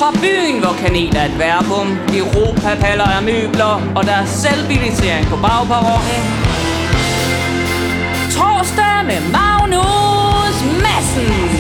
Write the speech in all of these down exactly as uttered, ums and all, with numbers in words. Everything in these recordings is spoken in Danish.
Fra byen, hvor kanel er et verbum, Europa-paller er møbler, og der er selvbilisering på bagperronen. Torsdag med Magnus Madsen.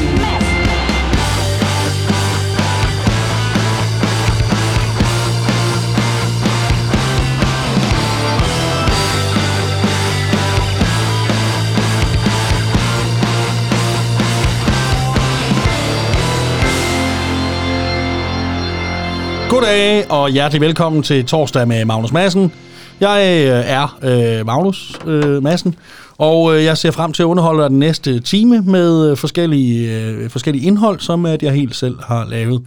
Goddag og hjertelig velkommen til Torsdag med Magnus Madsen. Jeg er øh, Magnus øh, Madsen, og øh, jeg ser frem til at underholde den næste time med forskellige, øh, forskellige indhold, som at jeg helt selv har lavet.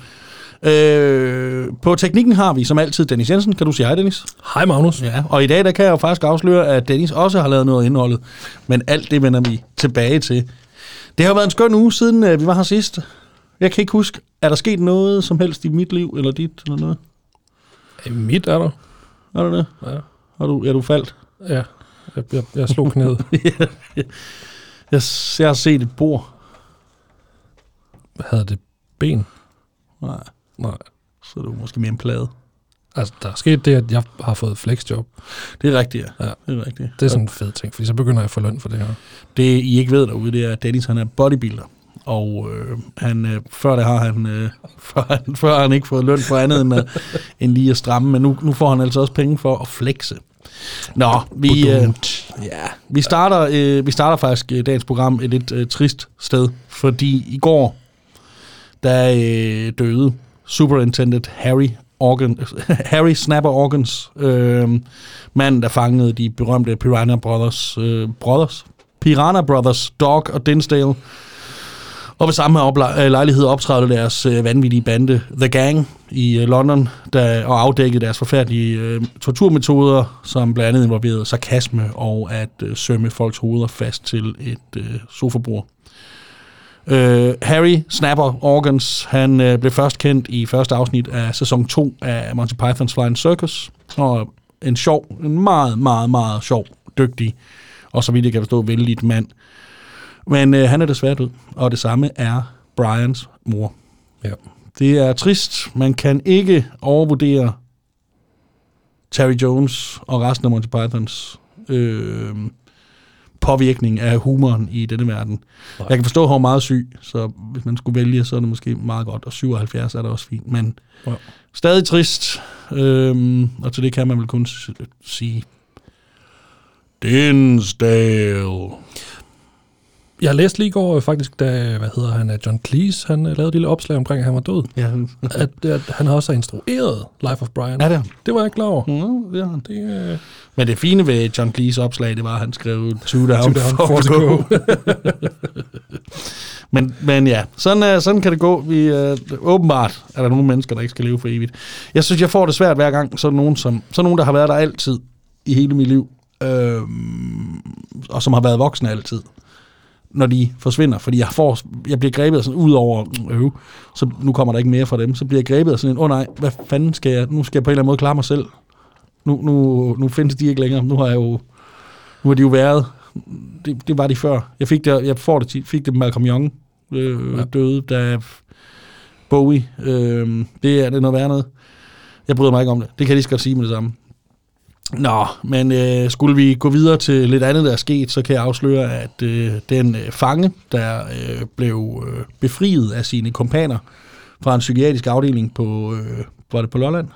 Øh, på teknikken har vi som altid Dennis Jensen. Kan du sige hej, Dennis? Hej, Magnus. Ja, og i dag der kan jeg jo faktisk afsløre, at Dennis også har lavet noget af indholdet, men alt det vender vi tilbage til. Det har været en skøn uge siden øh, vi var her sidst. Jeg kan ikke huske, er der sket noget som helst i mit liv, eller dit, eller noget? I mit er der. Er der det? Ja. Er du, er du faldt? Ja, jeg, jeg, jeg slog knæet. ja, jeg, jeg, jeg har set et bord. Havde det ben? Nej. Nej. Så er det måske mere en plade. Altså, der er sket det, at jeg har fået flexjob. Det er rigtigt, ja. ja. Det er rigtigt. Det er sådan en fed ting, fordi så begynder jeg at få løn for det her. Det, I ikke ved derude, det er, at Dennis, han er bodybuilder. Og øh, han, øh, før det har han, øh, før, han, før har han ikke fået løn for andet end, uh, end lige at stramme, men nu, nu får han altså også penge for at flexe. Nå, vi, øh, ja, vi, starter, øh, vi starter faktisk øh, dagens program et lidt øh, trist sted, fordi i går, der øh, døde Superintendent Harry, Organ, Harry Snapper Organs, øh, manden, der fangede de berømte Piranha Brothers, øh, Brothers, Piranha Brothers, Dog og Dinsdale. Og ved samme lejlighed optrædte deres øh, vanvittige bande The Gang i øh, London der, og afdækkede deres forfærdelige øh, torturmetoder, som blandt andet involverede sarkasme og at øh, sømme folks hoveder fast til et øh, sofabord. Øh, Harry Snapper Organs, han øh, blev først kendt i første afsnit af sæson to af Monty Python's Flying Circus, og en sjov, en meget, meget, meget sjov, dygtig og så vidt jeg kan forstå, vældigt mand. Men øh, han er desværre død, og det samme er Brians mor. Ja. Det er trist. Man kan ikke overvurdere Terry Jones og resten af Monty Pythons øh, påvirkning af humoren i denne verden. Nej. Jeg kan forstå, at han er meget syg, så hvis man skulle vælge, så er det måske meget godt, og syvoghalvfjerds er det også fint, men ja. Stadig trist, øh, og til det kan man vel kun sige Dinsdale. Jeg læste lige i går faktisk, da, hvad hedder han, John Cleese, han lavede et lille opslag omkring, at han var død. Ja. at, at han også har instrueret Life of Brian. Er det? Det var jeg ikke klar over. Ja, ja. Det, uh... Men det fine ved John Cleese opslag, det var, at han skrev two down, two down four to go. men, men ja, sådan, uh, sådan kan det gå. Vi, uh, åbenbart er der nogle mennesker, der ikke skal leve for evigt. Jeg synes, jeg får det svært hver gang, så nogen, som, så nogen der har været der altid i hele mit liv, øh, og som har været voksne altid, når de forsvinder, fordi jeg, får, jeg bliver grebet sådan ud over, øh, så nu kommer der ikke mere fra dem, så bliver jeg grebet af sådan en, åh oh, nej, hvad fanden skal jeg, nu skal jeg på en eller anden måde klare mig selv. Nu, nu, nu findes de ikke længere, nu har jeg jo, nu har de jo været, det, det var de før. Jeg fik det, jeg får det, fik det Malcolm Young øh, ja. døde, da Bowie, øh, det er det noget værd noget. Jeg bryder mig ikke om det, det kan jeg lige så godt sige med det samme. Nå, men øh, skulle vi gå videre til lidt andet, der er sket, så kan jeg afsløre, at øh, den øh, fange, der øh, blev øh, befriet af sine kompaner fra en psykiatrisk afdeling på, øh, var det på Lolland?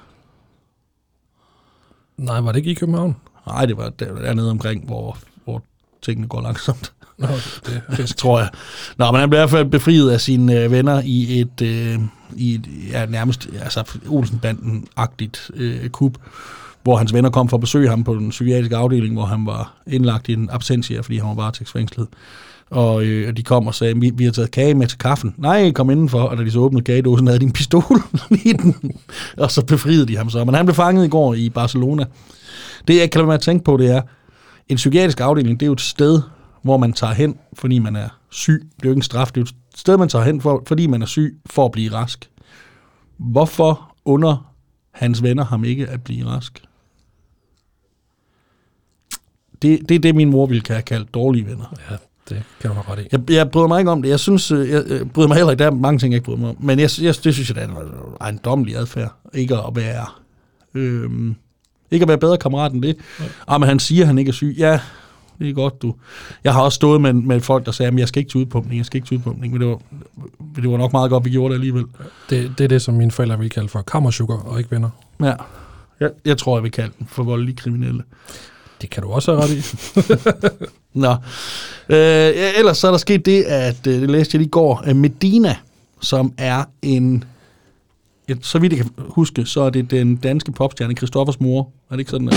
Nej, var det ikke i København? Nej, det var dernede omkring, hvor, hvor tingene går langsomt. Nå, det, det tror jeg. Nå, men han blev i hvert fald befriet af sine øh, venner i et, øh, i et ja, nærmest altså Olsenbanden-agtigt øh, kup, hvor hans venner kom for at besøge ham på den psykiatriske afdeling, hvor han var indlagt i en absentia, fordi han var varetægtsfængslet. Og øh, de kom og sagde, vi, vi har taget kage med til kaffen. Nej, kom indenfor, og da de så åbnede kagedåsen, havde de en pistol i den. Og så befriede de ham så. Men han blev fanget i går i Barcelona. Det, jeg kan lade med at tænke på, det er, en psykiatrisk afdeling, det er jo et sted, hvor man tager hen, fordi man er syg. Det er jo ikke en straf, det er jo et sted, man tager hen, for, fordi man er syg, for at blive rask. Hvorfor under hans venner ham ikke at blive rask? Det, det er det, min mor ville have kaldt dårlige venner. Ja, Det kan du have ret i. Jeg, jeg bryder mig ikke om det. Jeg synes, jeg, jeg bryder mig heller ikke. Der er mange ting, jeg ikke bryder mig om. Men jeg, jeg, det synes jeg, det er en ejendommelig adfærd. Ikke at være... Øhm, ikke at være bedre kammerat end det. Ja. Ah, men han siger, at han ikke er syg. Ja, det er godt, du. Jeg har også stået med, med folk, der sagde, at jeg skal ikke til udpumpning, jeg skal ikke til udpumpning. Men det var, det var nok meget godt, vi gjorde det alligevel. Det, det er det, som mine forældre vil kalde for kammersugar og ikke venner. Ja, jeg, jeg tror, jeg vil kalde dem for voldelige kriminelle. Det kan du også have ret i. Nå. Øh, ellers så er der sket det, at øh, det læste jeg lige i går, at Medina, som er en... Ja, så vidt jeg kan huske, så er det den danske popstjerne Christoffers mor. Er det ikke sådan?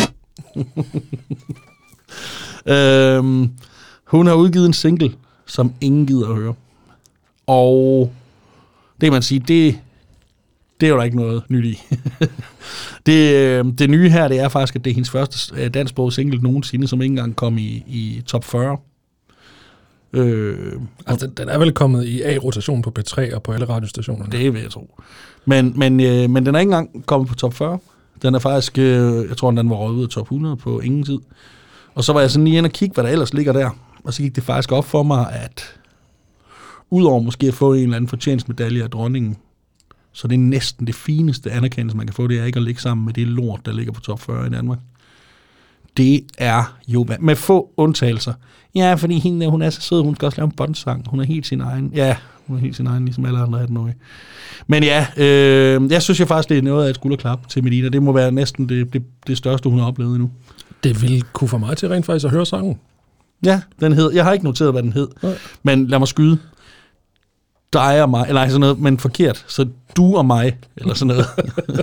øhm, hun har udgivet en single, som ingen gider at høre. Og det kan man sige, det, det er jo der ikke noget nyt i. det, det nye her, det er faktisk, at det er hendes første dansksprogede single nogensinde, som ikke engang kom i, i top fyrre. Øh, altså, den er vel kommet i A-rotation på P tre og på alle radiostationerne. Det vil jeg tro. Men, men, øh, men den er ikke engang kommet på top fyrre. Den er faktisk, øh, jeg tror, den var røget ud af top hundrede på ingen tid. Og så var jeg sådan lige inde og kigge, hvad der ellers ligger der. Og så gik det faktisk op for mig, at udover måske at få en eller anden fortjenstmedalje af dronningen, så det er næsten det fineste anerkendelse, man kan få, det er ikke at ligge sammen med det lort, der ligger på top fyrre i Danmark. Det er jo med få undtagelser. Ja, fordi hende, hun er så sød, hun skal også lave en båndsang. Hun er helt sin egen. Ja, hun er helt sin egen, ligesom alle andre atten-årige. Men ja, øh, jeg synes jeg faktisk, det er noget af et skulderklap til Medina. Det må være næsten det, det, det største, hun har oplevet endnu. Det ville kunne få mig til rent faktisk at høre sangen. Ja, den hed. Jeg har ikke noteret, hvad den hed. Nej. Men lad mig skyde. Dig og mig, eller sådan noget, men forkert. Så du og mig, eller sådan noget.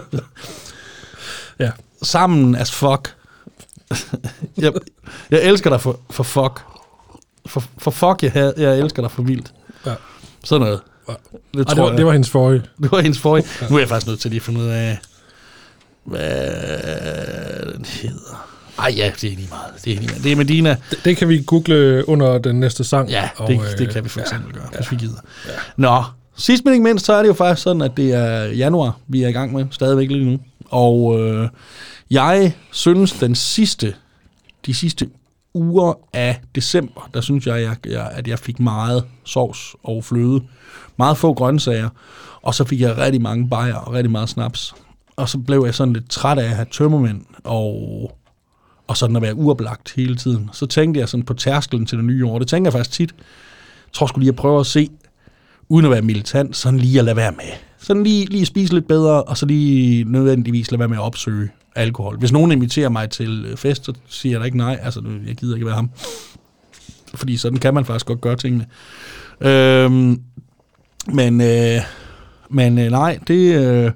Ja. Sammen as fuck. jeg, jeg elsker dig for, for fuck. For, for fuck, jeg, havde, jeg elsker dig for vildt. Ja. Sådan noget. Ja. Det, Ej, det, var, det var hendes forrige. Det var hendes forrige. Ja. Nu er jeg faktisk nødt til lige at finde ud af, hvad den hedder. Ej ja, det er lige meget. Det er, lige meget. Det er Medina. Det, det kan vi google under den næste sang. Ja, og, det, det kan vi for eksempel ja, gøre, hvis ja. vi gider. Ja. Nå, sidst men ikke mindst, så er det jo faktisk sådan, at det er januar, vi er i gang med. Stadigvæk lige nu. Og øh, jeg synes, den sidste, de sidste uger af december, der synes jeg, jeg, at jeg fik meget sovs og fløde. Meget få grøntsager. Og så fik jeg rigtig mange bajer og rigtig meget snaps. Og så blev jeg sådan lidt træt af at have tømmermænd og... og sådan at være uoplagt hele tiden. Så tænkte jeg sådan på tærskelen til det nye år. Det tænker jeg faktisk tit. Jeg tror sgu lige at prøve at se, uden at være militant, sådan lige at lade være med. Sådan lige, lige spise lidt bedre, og så lige nødvendigvis lade være med at opsøge alkohol. Hvis nogen inviterer mig til fest, så siger jeg da ikke nej. Altså, jeg gider ikke være ham. Fordi sådan kan man faktisk godt gøre tingene. Øhm, men øh, men øh, nej, det, øh,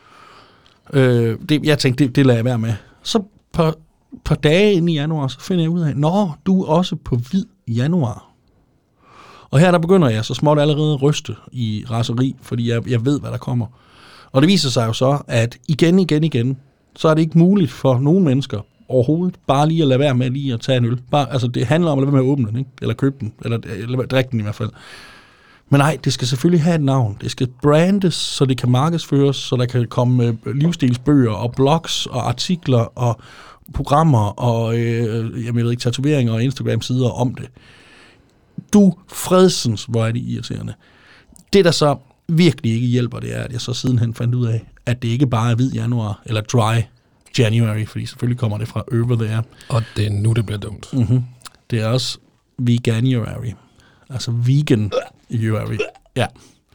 øh, det... Jeg tænkte, det, det lader jeg være med. Så på par dage inde i januar, så finder jeg ud af, nå, du er også på hvid januar. Og her der begynder jeg så småt allerede at ryste i raseri, fordi jeg, jeg ved, hvad der kommer. Og det viser sig jo så, at igen, igen, igen, så er det ikke muligt for nogle mennesker overhovedet bare lige at lade være med lige at tage en øl. Bare, altså det handler om at lade være med at åbne den, ikke? Eller købe den, eller, eller drikke den i hvert fald. Men nej, det skal selvfølgelig have et navn. Det skal brandes, så det kan markedsføres, så der kan komme livsstilsbøger og blogs og artikler og programmer og øh, jeg ved ikke, tatoveringer og Instagram-sider om det. Du fredsens, hvor er det irriterende. Det, der så virkelig ikke hjælper, det er, at jeg så sidenhen fandt ud af, at det ikke bare er hvid januar, eller dry January, fordi selvfølgelig kommer det fra over there. Og det er nu, det bliver dumt. Mm-hmm. Det er også veganuary. Altså vegan January. Ja.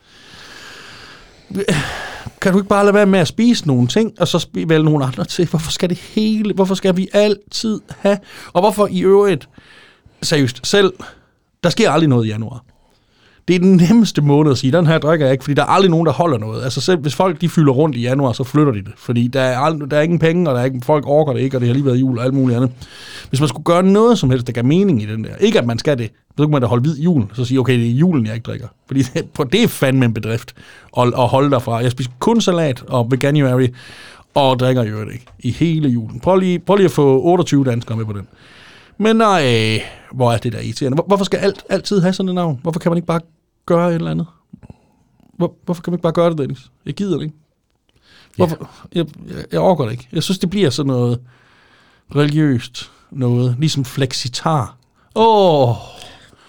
Kan du ikke bare lade være med at spise nogle ting, og så vælge nogle andre til? Hvorfor skal det hele? Hvorfor skal vi altid have? Og hvorfor i øvrigt, seriøst, selv, der sker aldrig noget i januar. Det er den nemmeste måned at sige, den her drikker jeg ikke, fordi der er aldrig nogen, der holder noget. Altså selv hvis folk de fylder rundt i januar, så flytter de det. Fordi der er, aldrig, der er ingen penge, og der er ikke, folk orker det ikke, og det har lige været jul og alt muligt andet. Hvis man skulle gøre noget som helst, der gav mening i den der, ikke at man skal det, så kan man da holde hvid jul, så sige, okay, det er julen, jeg ikke drikker. Fordi det, det er fandme en bedrift at, at holde derfra. Jeg spiser kun salat og veganuary, og drikker jo det ikke i hele julen. Prøv lige, prøv lige at få otteogtyve danskere med på den. Men nej, hvor er det der irriterende? Hvorfor skal alt altid have sådan et navn? Hvorfor kan man ikke bare gøre et eller andet? Hvor, hvorfor kan man ikke bare gøre det, Dennis? Jeg gider det ikke. Hvorfor? Jeg, jeg, jeg orker det ikke. Jeg synes, det bliver sådan noget religiøst noget, ligesom flexitar. Åh! Oh.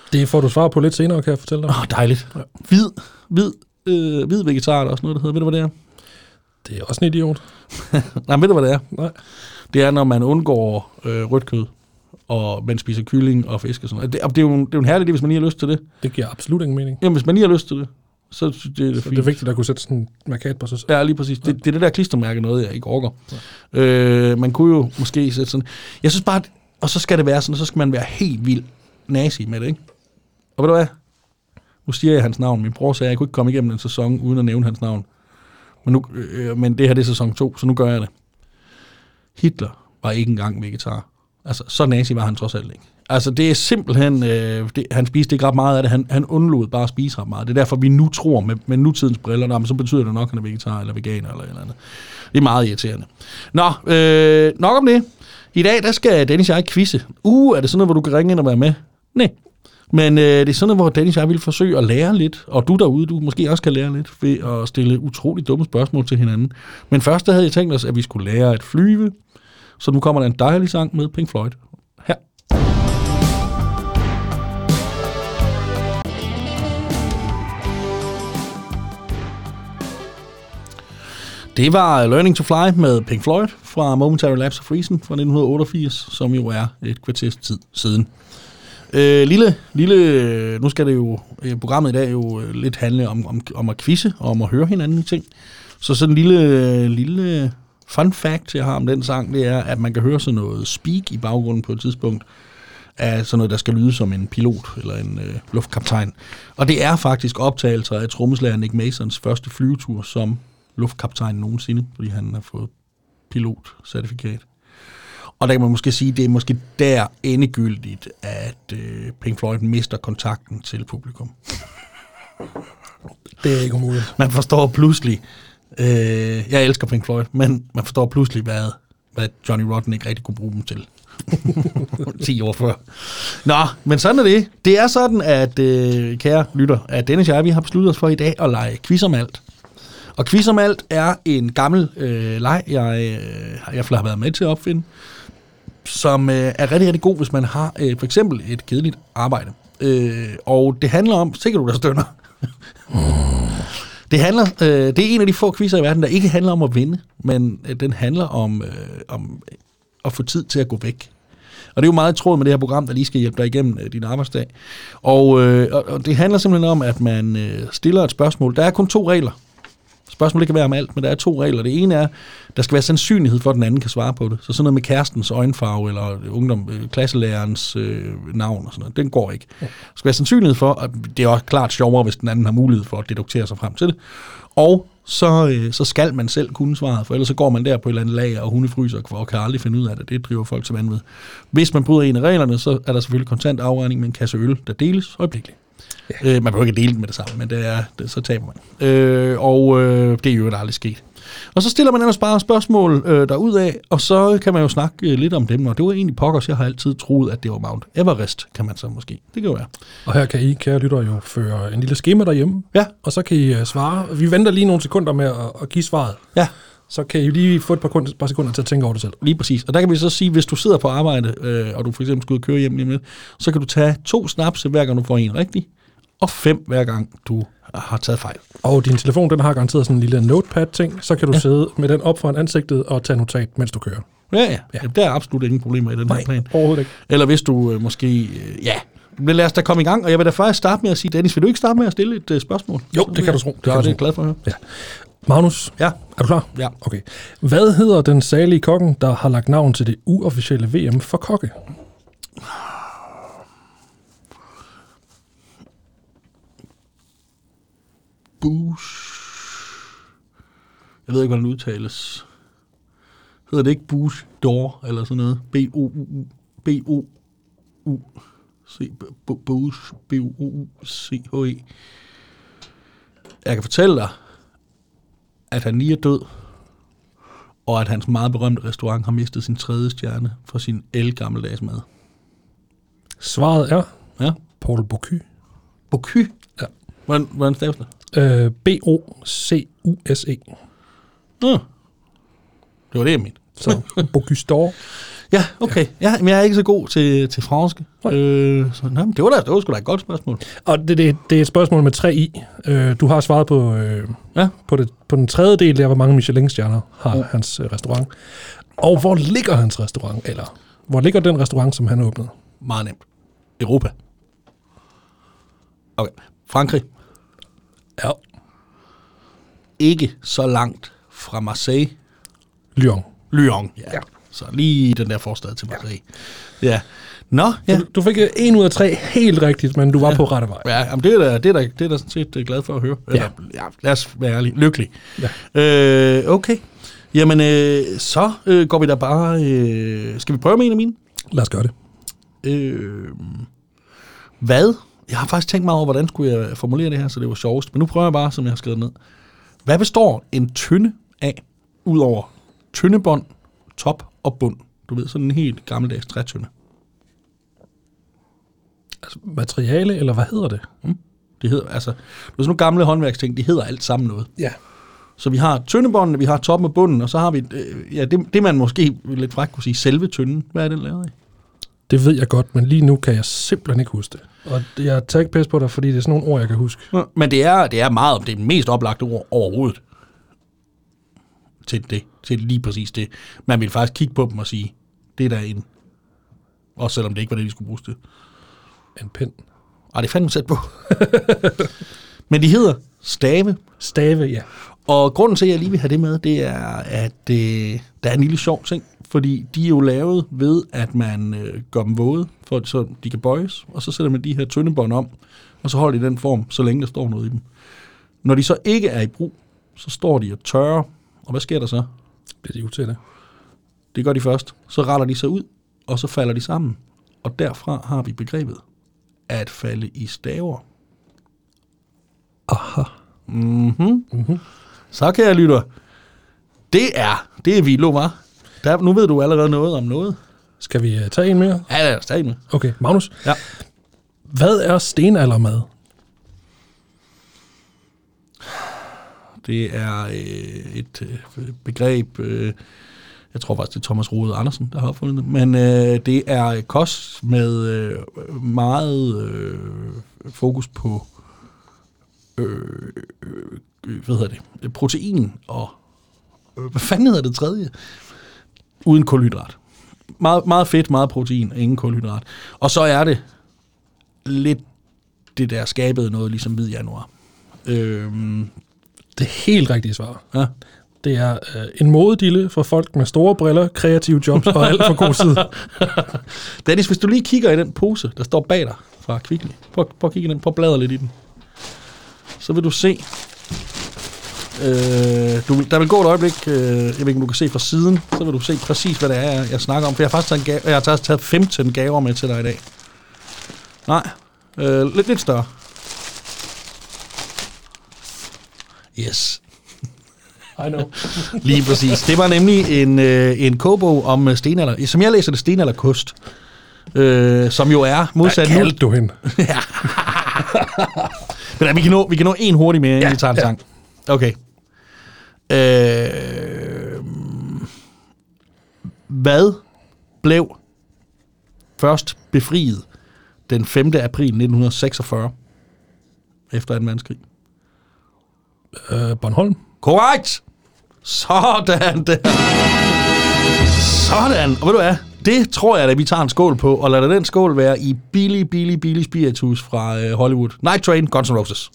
Det får du svar på lidt senere, kan jeg fortælle dig. Åh, oh, dejligt. Ja. Hvid, hvid, øh, hvid vegetar er der også noget, der hedder. Ved du, hvad det er? Det er også en idiot. Nej, ved du, hvad det er? Nej. Det er, når man undgår øh, rødt kød, og man spiser kylling og fisk og sådan noget. Det, det, er jo, det er jo en herlig idé, hvis man lige har lyst til det. Det giver absolut ingen mening. Jamen, hvis man lige har lyst til det, så det, det er det så det er vigtigt at kunne sætte sådan en markat på sig selv. Ja, lige præcis. Det, det er det der klistermærke noget, jeg ikke orker. Ja. Øh, man kunne jo måske sætte sådan... Jeg synes bare, og så skal det være sådan, og så skal man være helt vild nazi med det, ikke? Og ved du hvad? Nu siger jeg hans navn. Min bror sagde, at jeg kunne ikke komme igennem en sæson, uden at nævne hans navn. Men, nu, øh, men det her det er sæson to, så nu gør jeg det. Hitler var ikke engang vegetar. Altså, så nazi var han trods alt ikke. Altså, det er simpelthen... Øh, det, han spiste ikke ret meget af det. Han, han undlod bare at spise ret meget. Det er derfor, vi nu tror med, med nutidens briller, der, men så betyder det nok, at han er vegetar eller veganer eller eller andet. Det er meget irriterende. Nå, øh, nok om det. I dag, der skal Dennis og jeg quizze. Uh, er det sådan noget, hvor du kan ringe ind og være med? Nej. Men øh, det er sådan noget, hvor Dennis og jeg vil forsøge at lære lidt, og du derude, du måske også kan lære lidt ved at stille utroligt dumme spørgsmål til hinanden. Men først der havde jeg tænkt os, at vi skulle lære at flyve, så nu kommer der en dejlig sang med Pink Floyd. Her. Det var Learning to Fly med Pink Floyd fra Momentary Lapse of Reason fra nitten otteogfirs, som jo er et kvarters tid siden. Øh, lille, lille, nu skal det jo, programmet i dag jo lidt handle om, om, om at quizze og om at høre hinanden i ting. Så sådan en lille, lille fun fact, jeg har om den sang, det er, at man kan høre sådan noget speak i baggrunden på et tidspunkt af sådan noget, der skal lyde som en pilot eller en øh, luftkaptajn. Og det er faktisk optagelser af trommeslager Nick Masons første flyvetur som luftkaptajn nogensinde, fordi han har fået pilotcertifikat. Og der kan man måske sige, at det er måske der endegyldigt, at øh, Pink Floyd mister kontakten til publikum. Det er ikke umuligt. Man forstår pludselig, øh, jeg elsker Pink Floyd, men man forstår pludselig, hvad, hvad Johnny Rotten ikke rigtig kunne bruge dem til. ti år før. Nå, men sådan er det. Det er sådan, at øh, kære lytter, at Dennis og jeg, vi har besluttet os for i dag at lege quiz om alt. Og quiz om alt er en gammel øh, leg, jeg, øh, jeg har været med til at opfinde, som øh, er rigtig, rigtig god, hvis man har øh, for eksempel et kedeligt arbejde. Øh, og det handler om, sikkert du der stønner, det handler, øh, det er en af de få quizzer i verden, der ikke handler om at vinde, men øh, den handler om, øh, om at få tid til at gå væk. Og det er jo meget i tråd med det her program, der lige skal hjælpe dig igennem øh, din arbejdsdag. Og, øh, og det handler simpelthen om, at man øh, stiller et spørgsmål. Der er kun to regler. Spørgsmålet kan være om alt, men der er to regler. Det ene er, der skal være sandsynlighed for, at den anden kan svare på det. Så sådan noget med kærestens øjenfarve, eller ungdom, klasselærerens øh, navn og sådan noget, den går ikke. Der skal være sandsynlighed for, at det er også klart sjovere, hvis den anden har mulighed for at deduktere sig frem til det. Og så, øh, så skal man selv kunne svaret, for ellers så går man der på et eller andet lager, og hundefryser og kan aldrig finde ud af det. Det driver folk til vanvid. Hvis man bryder en af reglerne, så er der selvfølgelig kontant afregning med en kasse øl, der deles øjeblikkeligt. Ja. Øh, man behøver ikke dele det med det samme, men det er, det, så taber man. Øh, og øh, det er jo aldrig sket. Og så stiller man ellers bare spørgsmål øh, derudad, og så kan man jo snakke øh, lidt om dem. Og det var egentlig pokkers, jeg har altid troet, at det var Mount Everest, kan man så måske. Det kan jo være. Og her kan I, kære lytter, jo føre en lille skema derhjemme. Ja. Og så kan I uh, svare. Vi venter lige nogle sekunder med at, at give svaret. Ja. Så kan I lige få et par, kun, par sekunder til at tænke over det selv. Lige præcis. Og der kan vi så sige, hvis du sidder på arbejde, øh, og du for eksempel skal ud og køre hjem lige med, så kan du tage to snapse, hver gang du får en rigtig, og fem hver gang du har taget fejl. Og din telefon, den har garanteret sådan en lille notepad-ting, så kan du ja. sidde med den op foran ansigtet og tage notat, mens du kører. Ja, ja. ja. Der er absolut ingen problemer i den Nej, her plan. Overhovedet ikke. Eller hvis du øh, måske, øh, ja, men lad os da komme i gang, og jeg vil da faktisk starte med at sige, Dennis, vil du ikke starte med at stille et øh, spørgsmål? Jo, det kan du tro. Det, det er jeg glad for at høre. Ja. Magnus, ja. er du klar? Ja. Okay. Hvad hedder den salige kokken, der har lagt navn til det uofficielle V M for kokke? Bush. Jeg ved ikke, hvordan det udtales. Hedder det ikke Bush Door, eller sådan noget? B O U B O U C Bush B O U C H E. Jeg kan fortælle dig, at han lige er død, og at hans meget berømte restaurant har mistet sin tredje stjerne for sin elgammeldags mad. Svaret er ja. Paul Bocuse. Bocuse? Ja. Hvordan, hvordan staves det? Øh, B O C U S E. Nå, det var det, jeg mente. Så Bocuse d'Or. Ja, okay. Ja, men jeg er ikke så god til, til fransk. Øh, så, nej, det var da, det var sgu da et godt spørgsmål. Og det, det, det er et spørgsmål med tre i. Øh, du har svaret på, øh, ja. på, det, på den tredje del, der hvor mange Michelin-stjerner har ja. hans øh, restaurant. Og hvor ligger hans restaurant? Eller hvor ligger den restaurant, som han åbnede? Meget nemt. Europa. Okay. Frankrig. Ja. Ikke så langt fra Marseille. Lyon. Lyon, ja. ja. Så lige den der forstad til Marseille. Ja. ja. Nå, ja. Du, du fik en ud af tre helt rigtigt, men du var ja. på rette vej. Ja, jamen det er da, det er da, det er da sådan set glad for at høre. Ja. ja lad os være ærlige. Lykkelig. Ja. Øh, okay. Jamen, øh, så øh, går vi da bare... Øh, skal vi prøve med en af mine? Lad os gøre det. Øh, hvad? Jeg har faktisk tænkt mig over, hvordan skulle jeg formulere det her, så det var sjovest. Men nu prøver jeg bare, som jeg har skrevet ned. Hvad består en tynde af, udover tyndebånd, top og bund? Du ved, sådan en helt gammeldags trætynde. Altså materiale, eller hvad hedder det? Mm. Det hedder, altså, det er sådan nogle gamle håndværksting, de hedder alt sammen noget. Ja. Så vi har tyndebåndene, vi har toppen og bunden, og så har vi, øh, ja, det, det man måske lidt frækt kunne sige, selve tynden. Hvad er den lavet af? Det ved jeg godt, men lige nu kan jeg simpelthen ikke huske det. Og jeg tager ikke pæs på dig, fordi det er sådan nogle ord, jeg kan huske. Ja, men det er, det er meget, det er mest oplagte ord overhovedet. Til det, til lige præcis det. Man vil faktisk kigge på dem og sige, det er der en, også selvom det ikke var det, de skulle bruges til. En pind. Ej, det er fandme sat på. Men de hedder stave. Stave, ja. Og grunden til, at jeg lige vil have det med, det er, at øh, der er en lille sjov ting, fordi de er jo lavet ved, at man øh, gør dem våde, for så de kan bøjes, og så sætter man de her tyndebånd om, og så holder de den form, så længe der står noget i dem. Når de så ikke er i brug, så står de og tørrer, og hvad sker der så? Bliver de utætte? Det gør de først. Så retter de sig ud, og så falder de sammen. Og derfra har vi begrebet at falde i staver. Aha. Mhm. Mhm. Så kan jeg lytte. Det er, det er Vilo, hva'? Der, nu ved du allerede noget om noget. Skal vi uh, tage en mere? Ja, lad os tage en med. Okay, Magnus. Ja. Hvad er stenaldermad? Det er øh, et øh, begreb, øh, jeg tror faktisk, det er Thomas Rode Andersen, der har opfundet det, men øh, det er kost med øh, meget øh, fokus på øh, øh, hvad hedder det, protein og øh, hvad fanden hedder det tredje? Uden kulhydrat. Meget, meget fedt, meget protein, ingen kulhydrat. Og så er det lidt det der skabede noget, ligesom hvid januar. Øh, Det helt rigtige svar. ja. Det er øh, en modedille for folk med store briller, kreative jobs og alt for god tid. Dennis, hvis du lige kigger i den pose, der står bag dig fra Kvickly, prøv, prøv at kigge i den, prøv at bladre lidt i den, så vil du se, øh, du, der vil gå et øjeblik, øh, jeg ved ikke, om du kan se fra siden, så vil du se præcis, hvad det er, jeg, jeg snakker om, for jeg har faktisk taget, gave, jeg har taget, taget femten gaver med til dig i dag. Nej, øh, lidt, lidt større. Yes. I know. Lige præcis. Det var nemlig en, øh, en kogebog om stenalder, som jeg læser det, stenalderkost, øh, som jo er modsat Hvad nu. kaldte du hende? Ja. Men ja, vi kan nå, vi kan nå en hurtig mere, inden Ja, vi tager en ja. sang. Okay. Øh, hvad blev først befriet den femte april nitten seksogfyrre efter anden verdenskrig? Øh, Bornholm. Korrekt! Sådan der. Sådan. Og ved du hvad? Det tror jeg, at vi tager en skål på, og lader den skål være i billig, billig, billig spiritus fra øh, Hollywood. Night Train, Guns N' Roses.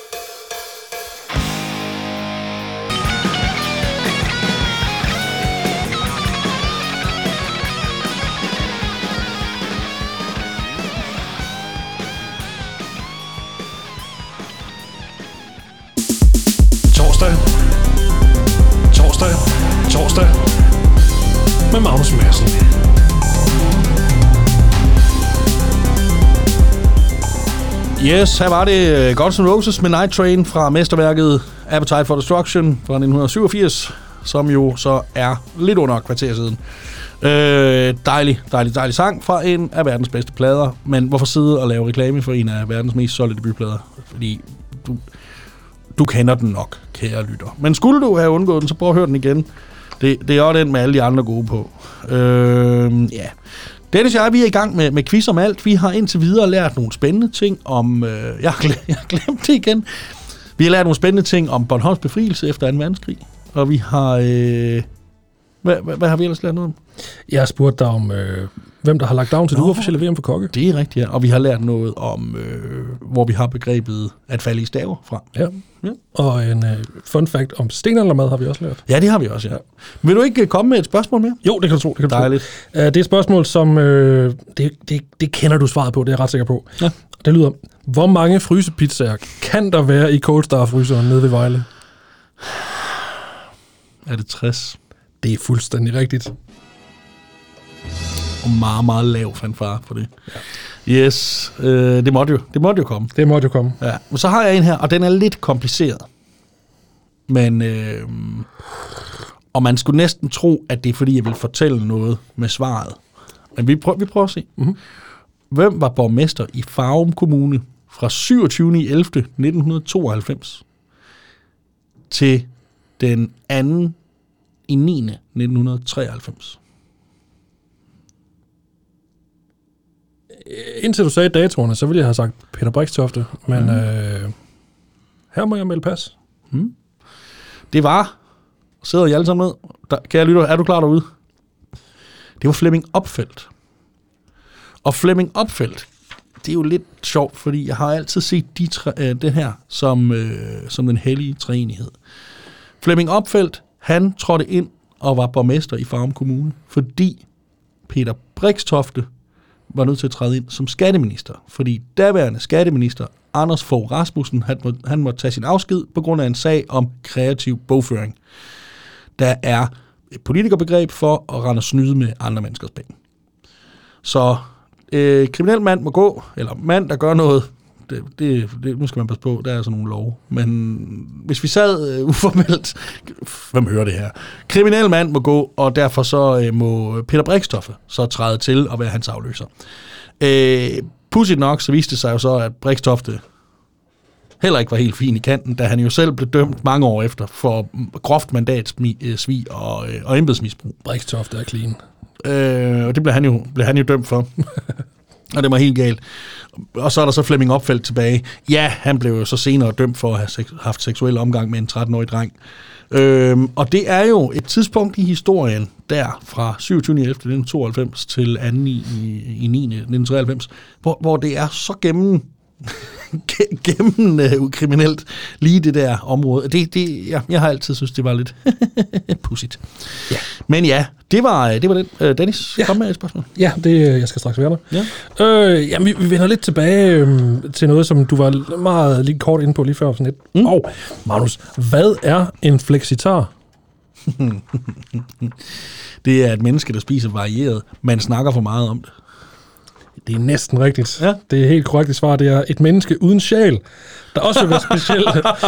Torsdag. Torsdag. Torsdag. Med Magnus Madsen. Yes, her var det Guns N' Roses med Night Train fra mesterværket Appetite for Destruction fra nitten syvogfirs, som jo så er lidt under kvarter siden. Øh, dejlig, dejlig, dejlig sang fra en af verdens bedste plader, men hvorfor sidde og lave reklame for en af verdens mest solgte debutplader? Fordi du, du kender den nok, kære lytter. Men skulle du have undgået den, så prøv at høre den igen. Det, det er også den med alle de andre gode på. Øh, ja. Dennis og jeg, vi er i gang med, med quiz om alt. Vi har indtil videre lært nogle spændende ting om... Øh, jeg, har glemt, jeg har glemt det igen. Vi har lært nogle spændende ting om Bornholms befrielse efter anden verdenskrig. Og vi har... Øh, hvad, hvad, hvad har vi ellers lært noget om? Jeg har spurgt dig om, øh, hvem der har lagt down til det uofficielle V M for kokke. Det er rigtigt, ja. Og vi har lært noget om, øh, hvor vi har begrebet at falde i staver fra. Ja. ja. Og en øh, fun fact om stenaldermad har vi også lært. Ja, det har vi også, ja. Vil du ikke komme med et spørgsmål mere? Jo, det kan du tro. Det kan du Dejligt. Tro. Uh, det er et spørgsmål, som... Øh, det, det, det kender du svaret på, det er jeg ret sikker på. Ja. Det lyder, hvor mange frysepizzaer kan der være i Cold Star-fryseren nede ved Vejle? Er det tres? Det er fuldstændig rigtigt. Og meget, meget lav fanfare på det. Ja. Yes, øh, det måtte jo, det måtte jo komme. Det måtte jo komme. Ja. Men så har jeg en her, og den er lidt kompliceret. Men, øh, og man skulle næsten tro, at det er fordi, jeg vil fortælle noget med svaret. Men vi prøver, vi prøver at se. Mm-hmm. Hvem var borgmester i Farum Kommune fra syvogtyvende ellevte nitten tooghalvfems til den anden i niende nitten treoghalvfems? Indtil du sagde datoerne, så ville jeg have sagt Peter Brixtofte, men mm. øh, her må jeg melde pas. Mm. Det var, sidder I alle sammen ned, der, kære lytter, er du klar derude? Det var Flemming Opfeldt. Og Flemming Opfeldt, det er jo lidt sjovt, fordi jeg har altid set de tre, øh, den her som, øh, som den hellige treenighed. Flemming Opfeldt, han trådte ind og var borgmester i Farum Kommune, fordi Peter Brixtofte var nødt til at træde ind som skatteminister, fordi daværende skatteminister Anders Fogh Rasmussen, han, må, han måtte tage sin afsked på grund af en sag om kreativ bogføring. Der er et politikerbegreb for at rende og snyde med andre menneskers penge. Så øh, kriminel mand må gå, eller mand, der gør noget, det, det, det, nu skal man passe på, der er sådan nogle lov, men hvis vi sad øh, uformelt, hvem hører det her? Kriminel mand må gå, og derfor så øh, må Peter Brixtofte så træde til at være hans afløser. Øh, pudsigt nok, så viste det sig jo så, at Brixtofte heller ikke var helt fin i kanten, da han jo selv blev dømt mange år efter for groft mandatsvig og, øh, og embedsmisbrug. Brixtofte er clean. Øh, og det blev han jo, blev han jo dømt for. Og det var helt galt. Og så er der så Flemming Opfeldt tilbage. Ja, han blev jo så senere dømt for at have haft seksuel omgang med en tretten-årig dreng. Øhm, og det er jo et tidspunkt i historien, der fra syvogtyvende ellevte nitten tooghalvfems til anden i, i, i niende nitten treoghalvfems, hvor, hvor det er så gennem, gennem uh, kriminelt lige det der område. Det, det, ja, jeg har altid synes det var lidt pudsigt. Ja. Men ja, det var, det var den. Uh, Dennis, ja. Kom med et spørgsmål. Ja, det, jeg skal straks være der. Ja. Øh, jamen, vi, vi vender lidt tilbage øh, til noget, som du var meget lige kort inde på lige før. Sådan lidt. Mm. Og Magnus, hvad er en flexitar? Det er et menneske, der spiser varieret. Man snakker for meget om det. Det er næsten rigtigt. Ja. Det er helt korrekt svar. Det er et menneske uden sjæl, der også vil være specielt,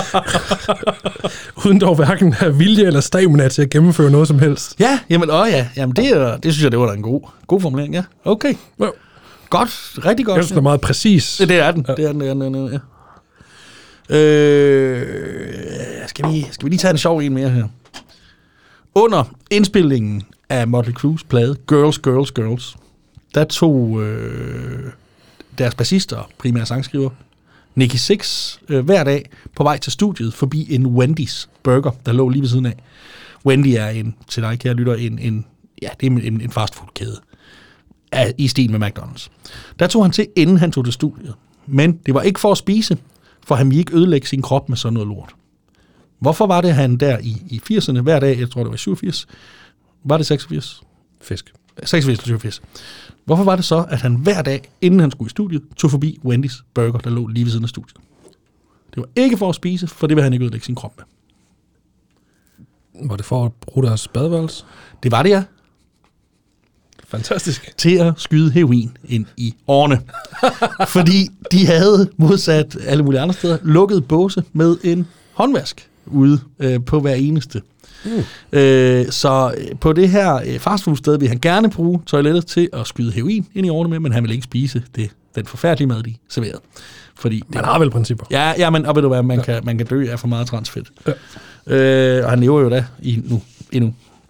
uden dog hverken have vilje eller stamina til at gennemføre noget som helst. Ja, jamen, åh ja. Jamen, det, er, det synes jeg, det var da en god, god formulering, ja. Okay. Ja. Godt, rigtig godt. Jeg synes, det er meget præcis. Det, det er den, ja. det er den, det er den, det er den, ja. Øh, skal, vi, skal vi lige tage en sjov en mere her? Under indspilningen af Motley Crues plade Girls, Girls, Girls, der tog øh, deres bassister, primære sangskriver, Nicky Six, øh, hver dag på vej til studiet forbi en Wendy's burger, der lå lige ved siden af. Wendy er en, til dig kære lytter, en, en, ja, det er en, en fastfoodkæde af, i stil med McDonald's. Der tog han til, inden han tog til studiet. Men det var ikke for at spise, for han ville ikke ødelægge sin krop med sådan noget lort. Hvorfor var det, han der i, i firserne hver dag, jeg tror det var syvogfirs, var det seksogfirs? Fisk. seksogfirs til syvogfirs. Hvorfor var det så, at han hver dag, inden han skulle i studiet, tog forbi Wendy's burger, der lå lige ved siden af studiet? Det var ikke for at spise, for det ville han ikke ødelægge sin krop med. Var det for at bruge deres badeværelse? Det var det, ja. Fantastisk. Til at skyde heroin ind i årene. Fordi de havde, modsat alle mulige andre steder, lukket båse med en håndvask ude øh, på hver eneste. Mm. Øh, så på det her øh, fastfoodsted vil han gerne bruge toilettet til at skyde heroin ind i årene med, men han vil ikke spise det, den forfærdelige mad, de serverede. Fordi man har vel principper. Ja, ja, men og ved du hvad, man, ja. kan, man kan dø af for meget transfedt. Ja. Øh, og han lever jo da i nu, endnu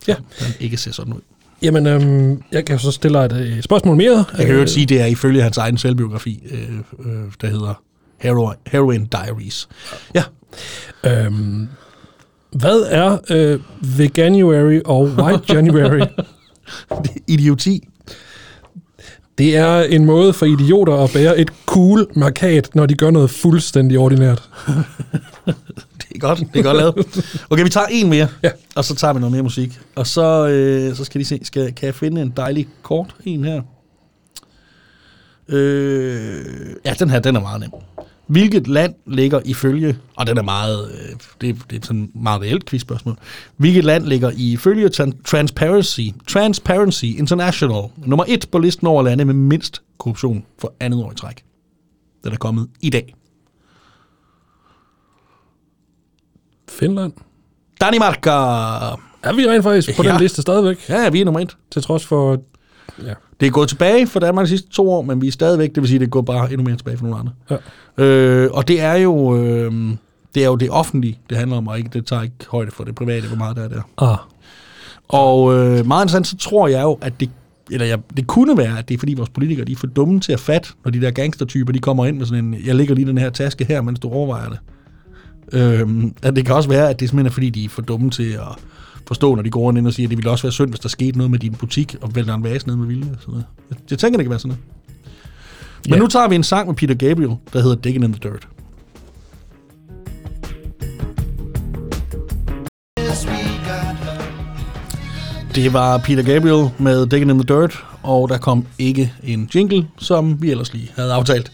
Ja. Den ikke ser sådan ud. Jamen, øhm, jeg kan så stille dig et øh, spørgsmål mere. Jeg kan jo sige, det er ifølge hans egen selvbiografi, øh, øh, der hedder Hero- Heroin Diaries. Ja. Øhm, hvad er øh, Veganuary og White January? Idioti. Det er en måde for idioter at bære et cool markat, når de gør noget fuldstændig ordinært. Det er godt, det er godt lavet. Okay, vi tager en mere, ja. Og så tager vi noget mere musik. Og så, øh, så skal de se, skal, kan jeg finde en dejlig kort en her? Øh, ja, den her, den er meget nem. Hvilket land ligger ifølge, og den er meget, øh, det, det er sådan meget reelt quizspørgsmål. Hvilket land ligger ifølge Transparency, Transparency International nummer et på listen over lande med mindst korruption for andet år i træk? Den er kommet i dag. Finland. Danimarka. Er vi rent faktisk på ja. den liste stadigvæk? Ja, vi er nummer et. Til trods for... Ja. Det er gået tilbage for Danmark de sidste to år, men vi er stadigvæk, det vil sige, det går bare endnu mere tilbage for nogle andre. Ja. Øh, og det er jo øh, det er jo det offentlige, det handler om, og ikke, det tager ikke højde for det private, hvor meget der er der. Ah. Og øh, meget interessant, så tror jeg jo, at det, eller jeg, det kunne være, at det er fordi vores politikere, de er for dumme til at fatte, når de der gangstertyper, de kommer ind med sådan en, jeg lægger lige den her taske her, mens du overvejer det. Øh, at det kan også være, at det simpelthen er fordi, de er for dumme til at forstå, når de går ind og siger, at det ville også være synd, hvis der skete noget med din butik, og vælter en vase ned med vilje. Sådan jeg, jeg tænker, det kan være sådan noget. Men yeah. Nu tager vi en sang med Peter Gabriel, der hedder Digging in the Dirt. Det var Peter Gabriel med Digging in the Dirt, og der kom ikke en jingle, som vi ellers lige havde aftalt.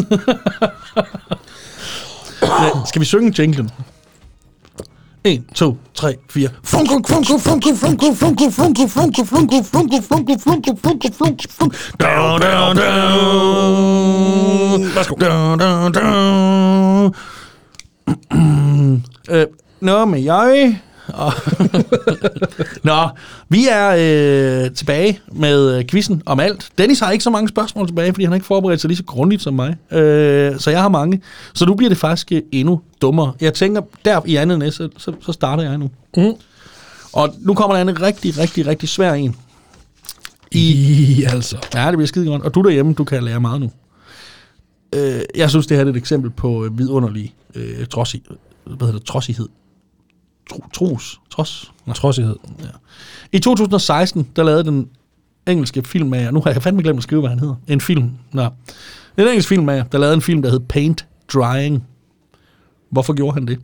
Skal vi synge jinglen? en, to, tre, fire. Funko, funko, funko, funko, funko, funko, funko, funko, funko, funko, funko, funko, funko, funko. Down, down, down. Værsgo. Down, down, down. Øh, nå, med jeg... Nå, vi er øh, tilbage med quizzen om alt. Dennis har ikke så mange spørgsmål tilbage, fordi han har ikke forberedt sig lige så grundigt som mig. Øh, så jeg har mange. Så nu bliver det faktisk endnu dummere. Jeg tænker, der i andet næste, så, så starter jeg nu. Mm. Og nu kommer der en rigtig, rigtig, rigtig svær en. I, I altså. Ja, det bliver skide godt. Og du derhjemme, du kan lære meget nu. Øh, jeg synes, det her er et eksempel på vidunderlig øh, trodsig, hvad hedder det, trodsighed. Tros. Trods. Trodsighed. Ja. I to tusind og seksten, der lavede den engelske filmmager, nu har jeg fandme glemt at skrive, hvad han hedder, en film, nå. En engelsk filmmager, der lavede en film, der hed Paint Drying. Hvorfor gjorde han det?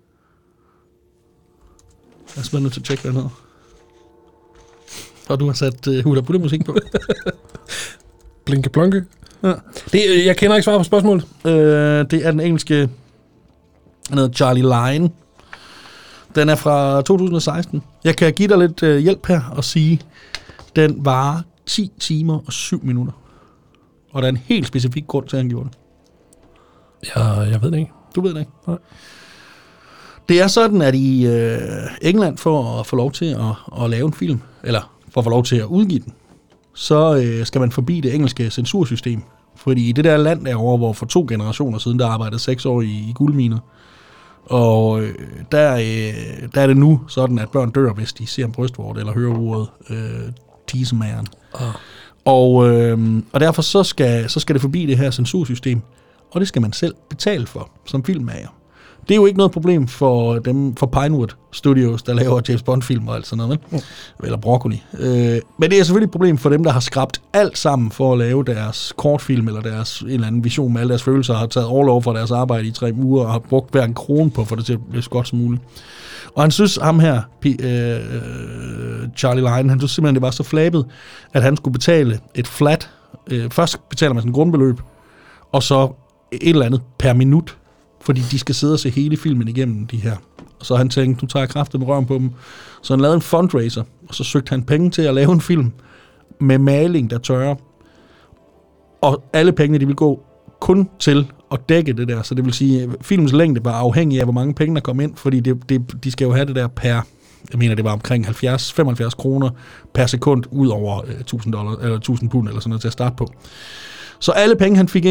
Jeg er simpelthen nødt til at tjekke, hvad han hedder. Og du har sat uh, hula bulla musik på. Blinke plonke. Ja. Det, jeg kender ikke svar på spørgsmålet. Øh, det er den engelske, han hedder Charlie Line. Den er fra to tusind og seksten. Jeg kan give dig lidt øh, hjælp her og sige, den varer ti timer og syv minutter. Og der er en helt specifik grund til, at han gjorde det. Ja, jeg ved det ikke. Du ved det ikke? Nej. Det er sådan, at i øh, England, for at få lov til at, at lave en film, eller for at få lov til at udgive den, så øh, skal man forbi det engelske censursystem. Fordi i det der land derovre, hvor for to generationer siden, der arbejdede seks år i, i guldminer, og øh, der, øh, der er det nu sådan, at børn dør, hvis de ser en brystvort eller hører ordet øh, tisemageren. Oh. Og, øh, og derfor så skal, så skal det forbi det her censursystem, og det skal man selv betale for som filmmager. Det er jo ikke noget problem for dem for Pinewood Studios, der laver James Bond-film og alt sådan noget, mm. eller Broccoli. Øh, men det er selvfølgelig et problem for dem, der har skrabt alt sammen for at lave deres kortfilm, eller deres en eller anden vision med alle deres følelser, har taget overlov fra deres arbejde i tre uger, og har brugt hver en krone på, for det til at blive så godt som muligt. Og han synes, ham her, P- øh, Charlie Line, han synes simpelthen, det var så flabet, at han skulle betale et flat, øh, først betaler man sådan en grundbeløb, og så et eller andet per minut, fordi de skal sidde og se hele filmen igennem de her. Og så han tænkte, nu tager jeg kraftet med røven på dem. Så han lavede en fundraiser, og så søgte han penge til at lave en film med maling, der tørrer. Og alle pengene, de vil gå kun til at dække det der. Så det vil sige, at filmens længde var afhængig af, hvor mange penge, der kom ind, fordi det, det, de skal jo have det der per, jeg mener, det var omkring halvfjerds til femoghalvfjerds kroner per sekund, ud over uh, tusind dollar, eller tusind pund, eller sådan noget til at starte på. Så alle penge, han fik ind,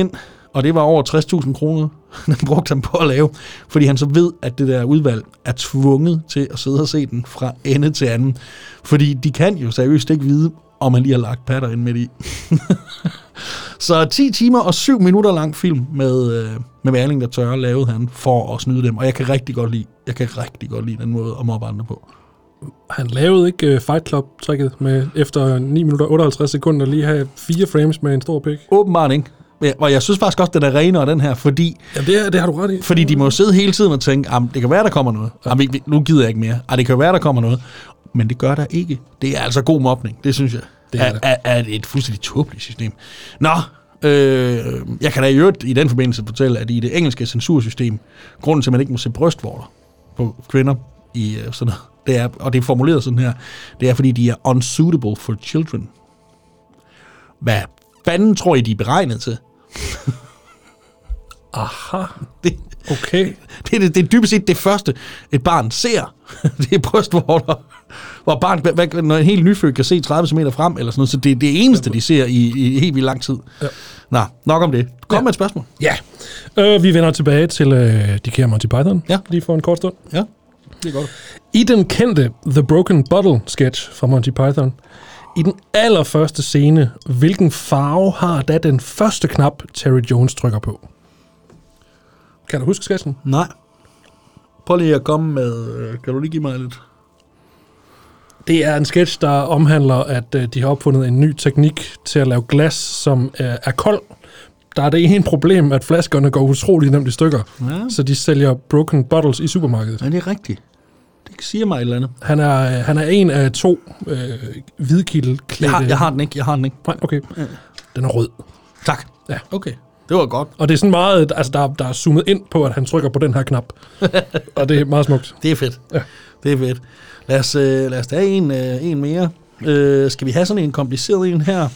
Og det var over tres tusind kroner, den brugte han på at lave, fordi han så ved, at det der udvalg er tvunget til at sidde og se den fra ende til anden. Fordi de kan jo seriøst ikke vide, om han lige har lagt patter ind midt i. Så ti timer og syv minutter lang film med, øh, med Erling, der tør, lavede han for at snyde dem. Og jeg kan rigtig godt lide, jeg kan rigtig godt lide den måde at mobbe andre på. Han lavede ikke uh, Fight Club-tricket med efter ni minutter og otteoghalvtreds sekunder lige have fire frames med en stor pik? Åbenbart ikke. Ja, og jeg synes faktisk også, den er renere, den her, fordi... Ja, det, er, det har du ret i. Fordi de må jo sidde hele tiden og tænke, det kan være, der kommer noget. Ja. Jamen, nu gider jeg ikke mere. Ej, det kan være, der kommer noget. Men det gør der ikke. Det er altså god mobning, det synes jeg. Det er, er, er, er et fuldstændig tåbeligt system. Nå, øh, jeg kan da i øvrigt i den forbindelse fortælle, at i det engelske censursystem, grunden til, at man ikke må se brystvorter på kvinder i øh, sådan noget, det er, og det er formuleret sådan her, det er, fordi de er unsuitable for children. Hvad fanden tror I, de er beregnet til? Aha. Det, okay. Det er, det, det er dybest set det første, et barn ser. Det er brystvorter. Hvor barn, når en helt nyfødt kan se tredive centimeter frem, eller sådan noget, så det er det eneste, de ser i, i helt vildt lang tid. Ja. Nå, nok om det. Kom ja. med et spørgsmål. Ja. Øh, vi vender tilbage til øh, de kære Monty Python, ja. lige for en kort stund. Ja, det er godt. I den kendte The Broken Bottle-sketch fra Monty Python, i den allerførste scene, hvilken farve har da den første knap, Terry Jones trykker på? Kan du huske sketchen? Nej. Prøv lige at komme med... Kan du lige give mig lidt? Det er en sketch, der omhandler, at uh, de har opfundet en ny teknik til at lave glas, som uh, er kold. Der er det ene problem, at flaskerne går utrolig nemt i stykker. Ja. Så de sælger broken bottles i supermarkedet. Ja, det er rigtigt. Det siger mig et eller andet. Han er, uh, han er en af to uh, hvidkittelklædte... Jeg har, jeg har den ikke, jeg har den ikke. Nej, okay. Ja. Den er rød. Tak. Ja. Okay. Det var godt. Og det er sådan meget, altså der, der er zoomet ind på, at han trykker på den her knap. Og det er meget smukt. Det er fedt. Ja. Det er fedt. Lad os, øh, lad os tage en, øh, en mere. Øh, skal vi have sådan en kompliceret en her?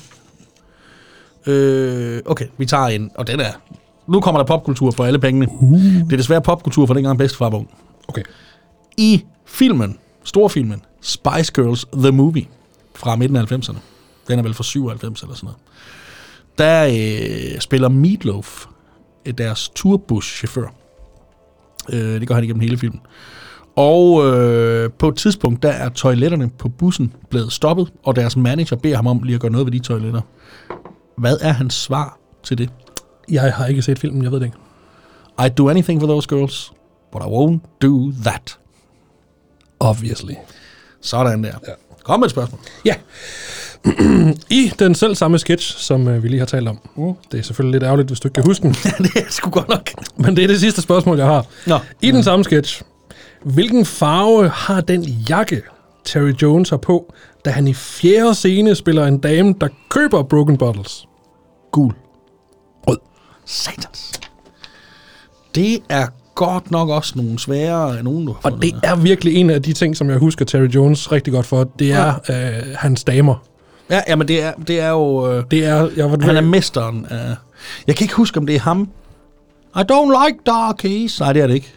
Øh, okay, vi tager en, og den er... Nu kommer der popkultur for alle pengene. Uh. Det er desværre popkultur for dengang bedstefar var ung. Okay. I filmen, storfilmen, Spice Girls The Movie, fra midten af halvfemserne, den er vel fra syvoghalvfems eller sådan noget, der øh, spiller Meatloaf, deres turbuschauffør. Øh, det gør han igennem hele filmen. Og øh, på et tidspunkt, der er toiletterne på bussen blevet stoppet, og deres manager beder ham om lige at gøre noget ved de toiletter. Hvad er hans svar til det? Jeg har ikke set filmen, jeg ved det ikke. I'd do anything for those girls, but I won't do that. Obviously. Sådan der. Ja. Kom med et spørgsmål. Ja. I den selv samme sketch, som øh, vi lige har talt om. Uh. Det er selvfølgelig lidt ærgerligt, hvis du ikke kan huske den. Ja, det er sgu godt nok. Men det er det sidste spørgsmål, jeg har. Nå. I den samme sketch. Hvilken farve har den jakke, Terry Jones har på, da han i fjerde scene spiller en dame, der køber broken bottles? Gul. Rød. Satans. Det er godt nok også nogle svære nogen, du har Og det er virkelig en af de ting, som jeg husker Terry Jones rigtig godt for. Det er ja. øh, hans damer. Ja, ja, men det er, det er jo... Øh, det er, jeg var han er mesteren. Øh. Jeg kan ikke huske, om det er ham. I don't like darkies. Nej, det er det ikke.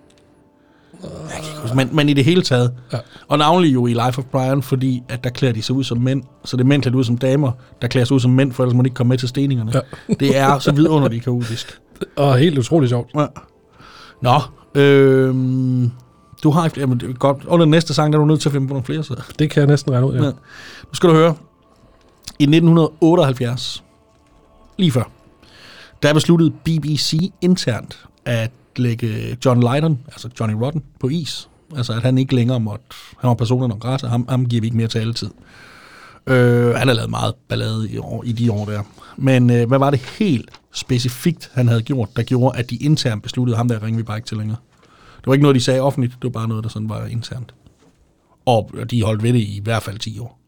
Jeg kan ikke huske, men, men i det hele taget. Ja. Og navnlig jo i Life of Brian, fordi at der klæder de sig ud som mænd. Så det er mænd klædt ud som damer, der klæder sig ud som mænd, for ellers må de ikke komme med til steningerne. Ja. Det er så vidunderligt kaotisk. Og helt utroligt sjovt. Ja. Nå, øh, du har ikke... Jamen, godt. Og den næste sang, der er du nødt til at finde på nogle flere, så. Det kan jeg næsten regne ud, ja. ja. Nu skal du høre. I nitten otteoghalvfjerds, lige før, der besluttede B B C internt at lægge John Lydon, altså Johnny Rotten, på is. Altså, at han ikke længere måtte... Han var personer non grata, ham, ham giver vi ikke mere til altid. Øh, han har lavet meget ballade i, år, i de år der. Men øh, hvad var det helt specifikt, han havde gjort, der gjorde, at de internt besluttede ham, der ringer vi bare ikke til længere? Det var ikke noget, de sagde offentligt, det var bare noget, der sådan var internt. Og de holdt ved det i, i hvert fald ti år.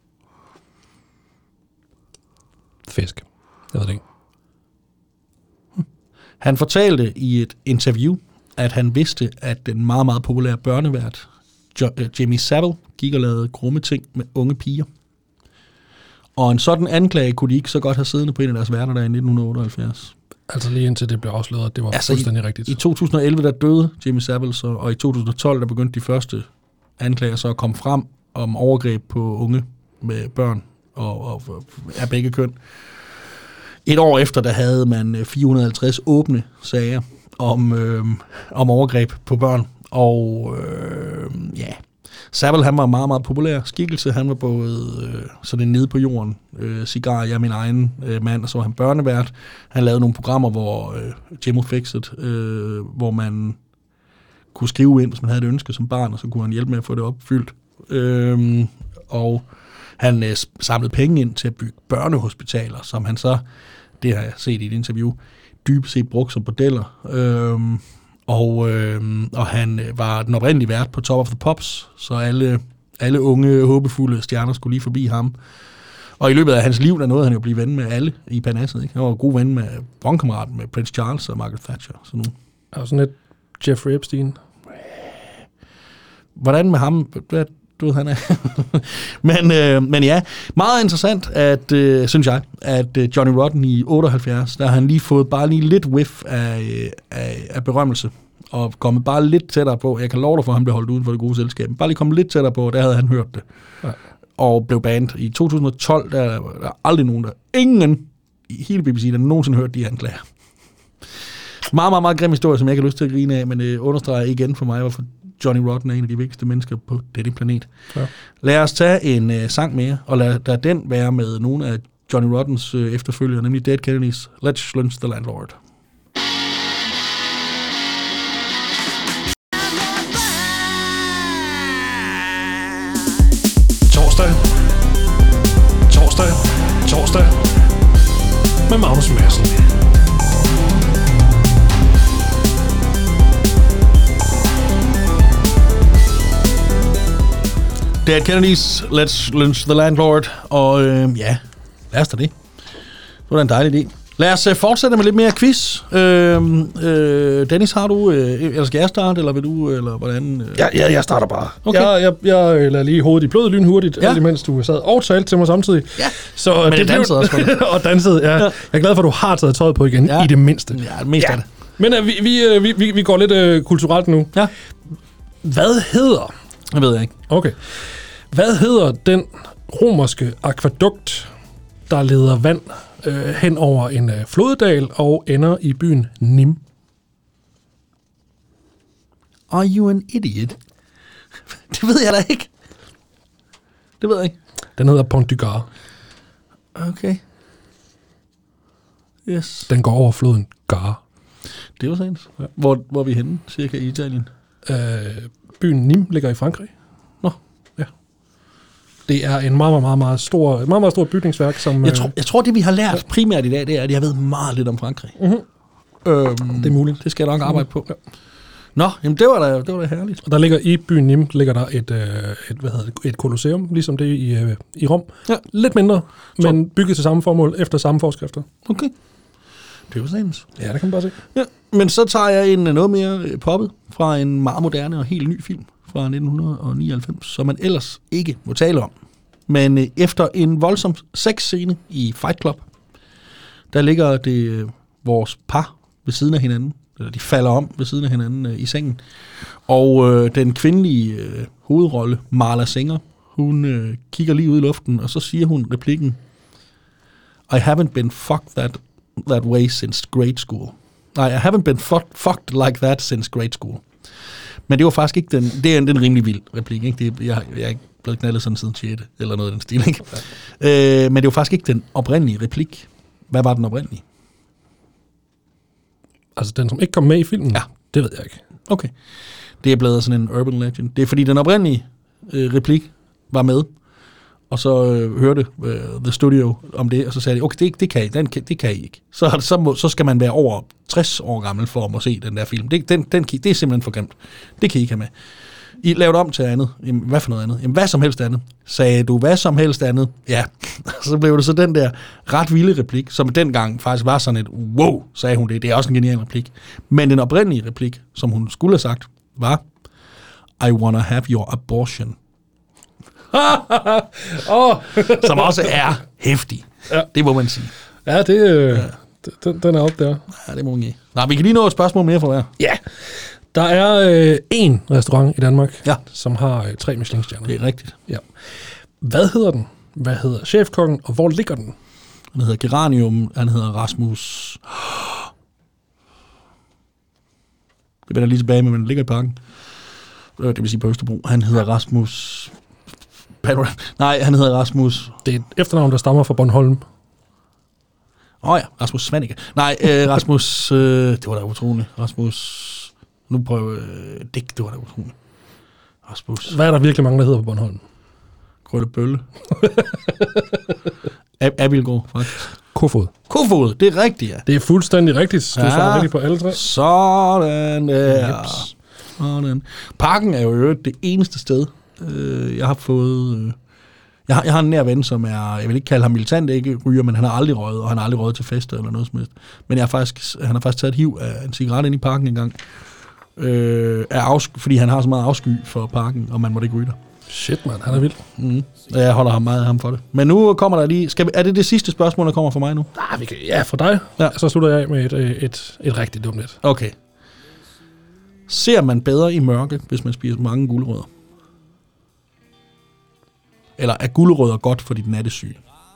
Fisk. Jeg ved det ikke. Han fortalte i et interview, at han vidste, at den meget, meget populære børnevært, Jimmy Savile, gik og lavede grumme ting med unge piger. Og en sådan anklage kunne de ikke så godt have siddende på en af deres værter der i nitten otteoghalvfjerds. Altså lige indtil det blev afsløret, at det var altså fuldstændig i, rigtigt. I to tusind og elleve der døde Jimmy Savile, så, og i to tusind og tolv der begyndte de første anklager så at komme frem om overgreb på unge med børn og, og af begge køn. Et år efter, der havde man fire hundrede og halvtreds åbne sager om, øh, om overgreb på børn. Og øh, ja, Savile, han var meget, meget populær skikkelse. Han var både øh, sådan en nede på jorden, øh, cigar, jeg er min egen øh, mand, og så var han børnevært. Han lavede nogle programmer, hvor øh, Jimmy Fixit, øh, hvor man kunne skrive ind, hvis man havde et ønske som barn, og så kunne han hjælpe med at få det opfyldt. Øh, og han øh, samlede penge ind til at bygge børnehospitaler, som han så, det har jeg set i et interview, dybest set brugt som bordeller. Øh, Og, øh, og han var den oprindelige vært på Top of the Pops, så alle, alle unge, håbefulde stjerner skulle lige forbi ham. Og i løbet af hans liv, der nåede han jo at blive ven med alle i Parnasset. Ikke? Han var god ven med bronkammeraten med Prince Charles og Margaret Thatcher. Sådan nogle. Og sådan et Jeffrey Epstein. Hvordan med ham? Hvad du ved, han er? men, øh, men ja, meget interessant, at, øh, synes jeg, at øh, Johnny Rotten i otteoghalvfjerds, der har han lige fået bare lige lidt whiff af, af, af berømmelse, og kommet bare lidt tættere på. Jeg kan love dig for, at han blev holdt uden for det gode selskab. Bare lige kommet lidt tættere på, der havde han hørt det. Ja. Og blev bandet. I to tusind og tolv, der er der aldrig nogen, der ingen i hele B B C, der nogensinde hørt de anklager. Meget, meget, meget grim historie, som jeg ikke har lyst til at grine af, men det understreger igen for mig, hvorfor Johnny Rotten er en af de vigtigste mennesker på dette planet. Ja. Lad os tage en uh, sang mere, og lad, lad den være med nogle af Johnny Rottens uh, efterfølgere, nemlig Dead Kennedys Let's Lunch the Landlord. Torsdag. Torsdag. Torsdag. Med Magnus Madsen. Dead Kennedys Let's Lunch the Landlord. Og øh, ja, lad os da det. Det var en dejlig idé. Lad os uh, fortsætte med lidt mere quiz. Øh, øh, Dennis, har du, øh, eller skal jeg starte, eller vil du, eller hvordan? Øh? Ja, ja, jeg starter bare. Okay. Jeg, jeg, jeg lader lige hovedet i blød lynhurtigt, ja. Imens du sad og talte til mig samtidig. Ja, så, men det dansede også for det. Og dansede, ja. ja. Jeg er glad for, at du har taget tøjet på igen, ja. I det mindste. Ja, det meste ja. af det. Men uh, vi, vi, vi, vi, vi går lidt uh, kulturelt nu. Ja. Hvad hedder... Jeg ved jeg ikke. Okay. Hvad hedder den romerske akvædukt, der leder vand øh, hen over en øh, floddal og ender i byen Nim? Are you an idiot? Det ved jeg da ikke. Det ved jeg ikke. Den hedder Pont du Gard. Okay. Yes. Den går over floden Gard. Det var sandt. Ja. Hvor, hvor er vi henne, cirka i Italien? Øh, byen Nim ligger i Frankrig. Nå. Ja. Det er en meget, meget, meget stor, meget, meget stor bygningsværk, som... Jeg tror, jeg tror, det vi har lært ja. primært i dag, det er, at jeg ved meget lidt om Frankrig. Mm-hmm. Øhm, det er muligt. Det skal jeg nok arbejde på. Ja. Nå, jamen det var da, det var da herligt. Og der ligger i byen Nim, ligger der et, et, hvad hedder det, et kolosseum, ligesom det i, i Rom. Ja. Lidt mindre, men bygget til samme formål, efter samme forskrifter. Okay. Det var sandt. Ja, det kan man bare se. Ja, men så tager jeg en noget mere poppet fra en meget moderne og helt ny film fra nitten nioghalvfems, som man ellers ikke må tale om. Men øh, efter en voldsom sexscene i Fight Club, der ligger det øh, vores par ved siden af hinanden, eller de falder om ved siden af hinanden øh, i sengen. Og øh, den kvindelige øh, hovedrolle, Marla Singer, hun øh, kigger lige ud i luften, og så siger hun replikken, I haven't been fucked that, that way since grade school. Nej, I haven't been fucked, fucked like that since grade school. Men det var faktisk ikke den, det er en, den rimelig vild replik, ikke? Det, jeg, jeg er ikke blevet knaldet sådan siden sjette eller noget af den stil, ikke? Ja. Øh, men det var faktisk ikke den oprindelige replik. Hvad var den oprindelige? Altså den, som ikke kom med i filmen? Ja. Det ved jeg ikke. Okay. Det er blevet sådan en urban legend. Det er fordi den oprindelige øh, replik var med, og så øh, hørte øh, The Studio om det, og så sagde de, okay, det, det, kan I, den, det kan I ikke. Så, så, må, så skal man være over tres år gammel for at må se den der film. Det, den, den, det er simpelthen for grimt. Det kan I ikke have med. I lavede om til andet. Jamen, hvad for noget andet? Jamen, hvad som helst andet. Sagde du hvad som helst andet? Ja. Så blev det så den der ret vilde replik, som dengang faktisk var sådan et, wow, sagde hun det. Det er også en genial replik. Men den oprindelige replik, som hun skulle have sagt, var, I wanna have your abortion. oh. Som også er hæftig. Ja. Det må man sige. Ja, det, øh, ja. Den, den er op der. Ja, det må man give. Nå, vi kan lige nå et spørgsmål mere for hver. Ja. Der er øh, en restaurant i Danmark, ja. som har øh, tre Michelin-stjerner. Det er rigtigt. Ja. Hvad hedder den? Hvad hedder chefkokken, og hvor ligger den? Han hedder Geranium. Han hedder Rasmus... Det vender lige tilbage med, men den ligger i parken. Det vil sige på Østerbro. Han hedder Rasmus... Nej, han hedder Rasmus... Det er et efternavn, der stammer fra Bornholm. Åh oh ja, Rasmus Svanike. Nej, øh, Rasmus... Øh, det var da utroligt. Rasmus... Nu prøver øh, Dick, det var da utroligt. Rasmus... Hvad er der virkelig mange, der hedder på Bornholm? Krølle Bølle. Ab- Abilgaard, faktisk. Kofod. Kofod, det er rigtigt, ja. Det er fuldstændig rigtigt. Du Ja. svarer rigtigt på alle tre. Sådan der. Jeps. Sådan. Parken er jo i øvrigt det eneste sted, øh, jeg har fået... Øh, jeg, har, jeg har en nær ven, som er... Jeg vil ikke kalde ham militant, ikke ryger, men han har aldrig røget, og han har aldrig røget til fester eller noget som helst. Men jeg har faktisk, han har faktisk taget et hiv af en cigaret ind i parken engang. Øh, af afsky, fordi han har så meget afsky for parken, og man må ikke ryge der. Shit, mand. Han er vild. Mm. Jeg holder ham meget af ham for det. Men nu kommer der lige... Skal vi, er det det sidste spørgsmål, der kommer fra mig nu? Ah, vi kan, ja, for dig. Ja. Så slutter jeg af med et, et, et, et rigtigt dumt net. Okay. Ser man bedre i mørke, hvis man spiser mange gulerødder? Eller er gulerødder godt for dit nattesyn?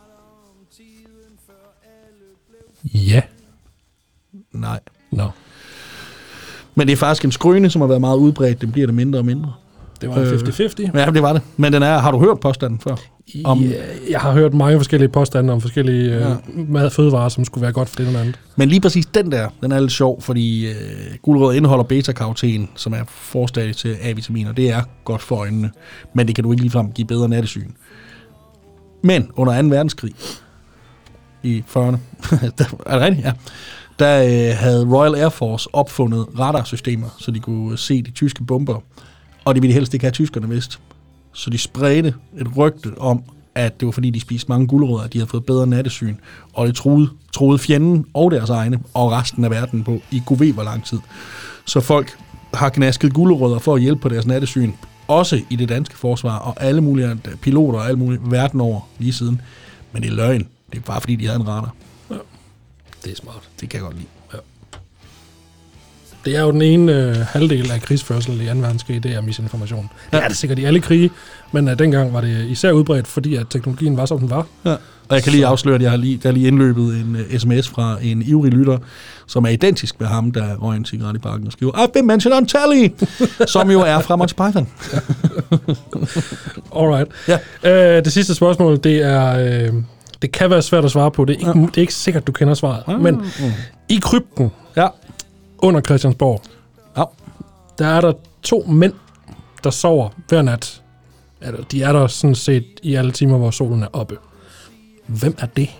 Ja. Nej. Nå. Men det er faktisk en skrøne, som har været meget udbredt. Det bliver det mindre og mindre. Det var en halvtreds halvtreds. Ja, det var det. Men den er... Har du hørt påstanden før? Om, ja, jeg har hørt mange forskellige påstande om forskellige Ja. øh, mad- fødevarer, som skulle være godt for det eller andet. Men lige præcis den der, den er lidt sjov, fordi øh, gulerødder indeholder beta-karoten, som er forstadie til A-vitaminer. Det er godt for øjnene, men det kan du ikke ligefrem give bedre nattesyn. Men under anden verdenskrig, i fyrrerne, er det rigtigt? Ja. Der øh, havde Royal Air Force opfundet radarsystemer, så de kunne se de tyske bomber, og det ville de helst ikke have tyskerne vidst. Så de spredte et rygte om, at det var fordi, de spiste mange gulerødder, at de havde fået bedre nattesyn, og det troede, troede fjenden og deres egne, og resten af verden på i gud ved hvor lang tid. Så folk har knasket gulerødder for at hjælpe på deres nattesyn, også i det danske forsvar, og alle mulige piloter og alle mulige verden over lige siden. Men det er løgn. Det er bare fordi, de havde en radar. Ja. Det er smart. Det kan jeg godt lide. Ja. Det er jo den ene øh, halvdel af krigsførsel i anden verdenskrig, det er misinformation. Ja. Det er det sikkert i alle krige, men uh, dengang var det især udbredt, fordi at teknologien var, som den var. Ja. Og jeg kan lige afsløre, at jeg har lige, der er lige indløbet en uh, sms fra en ivrig lytter, som er identisk med ham, der røg en cigaret i parken og skriver, I've been mentioned on telly, som jo er fra Monty Python. Alright. Ja. Uh, det sidste spørgsmål, det er... Uh, det kan være svært at svare på. Det er ikke, ja. det er ikke sikkert, du kender svaret. Ja. Men Mm. i krypten, Ja. under Christiansborg, Ja. der er der to mænd, der sover hver nat. Eller, de er der sådan set i alle timer, hvor solen er oppe. Hvem er det?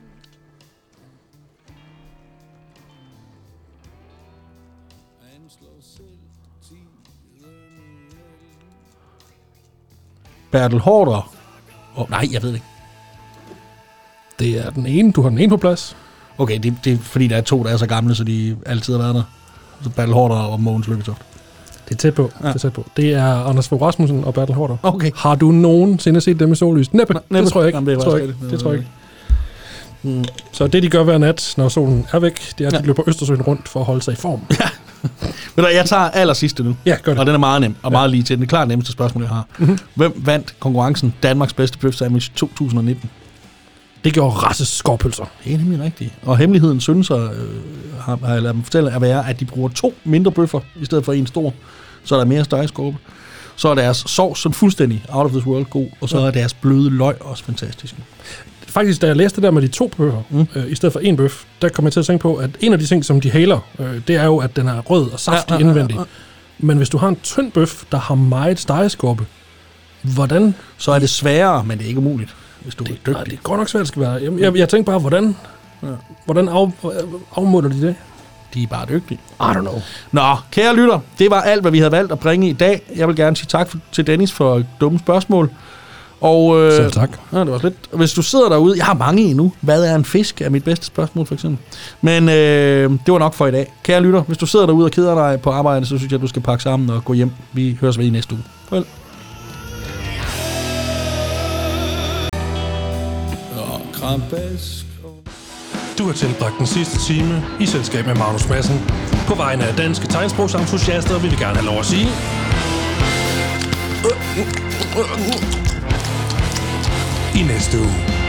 Bertel Haarder. Oh, nej, jeg ved det ikke. Det er den ene. Du har den ene på plads. Okay, det, det er fordi, der er to, der er så gamle, så de altid har været der. Så Bertel Haarder og Mogens Lykketoft. Det er tæt på. Ja. Det er tæt på. Det er Anders Fogh Rasmussen og Bertel Haarder. Okay. Har du nogensinde set dem i sollys? Næppe. Næppe. Det tror jeg ikke. Jamen, det, det, tror jeg ikke. det tror jeg ikke. Mm. Så det, de gør hver nat, når solen er væk, det er, at de ja. løber Østersøen rundt for at holde sig i form. Ja. Ved du, jeg tager aller sidste nu. Ja, gør det. Og den er meget nem, og ja. meget lige til. Den er klart nemmeste spørgsmål, jeg har. Mm-hmm. Hvem vandt konkurrencen Danmarks bedste bøf sandwich to tusind nitten? Det gjorde Rasses skorpølser. Det er nemlig rigtigt. Og hemmeligheden synes jeg, øh, har, har jeg ladet dem fortælle, at være, at de bruger to mindre bøffer, i stedet for en stor. Så er der mere stegeskorpe. Så er deres sovs sådan fuldstændig out of this world god, og så ja. er deres bløde løg også fantastisk. Faktisk, da jeg læste det der med de to bøffer, mm. øh, i stedet for en bøf, der kom jeg til at tænke på, at en af de ting, som de haler, øh, det er jo, at den er rød og saftig ja, ja, indvendig. Ja, ja. Men hvis du har en tynd bøf, der har meget stegeskorpe, hvordan... Så er det sværere, men det er ikke umuligt, hvis du det, er dygtig. Nej, det er godt nok svært, det skal være. Jeg, jeg, jeg tænkte bare, hvordan, ja. hvordan af, afmåler de det? De er bare dygtige. I don't know. Nå, kære lytter, det var alt, hvad vi havde valgt at bringe i dag. Jeg vil gerne sige tak for, til Dennis for dumme spørgsmål. Og, øh, Selv tak. Ja, det var lidt. Hvis du sidder derude, jeg har mange endnu. Hvad er en fisk? Er mit bedste spørgsmål, for eksempel. Men øh, det var nok for i dag. Kære lytter, hvis du sidder derude og keder dig på arbejde, så synes jeg, at du skal pakke sammen og gå hjem. Vi høres ved i næste uge. Farvel. Du har tilbragt den sidste time i selskab med Magnus Madsen. På vegne af danske tegnsprogsentusiaster vil vi gerne have lov at sige... I næste uge.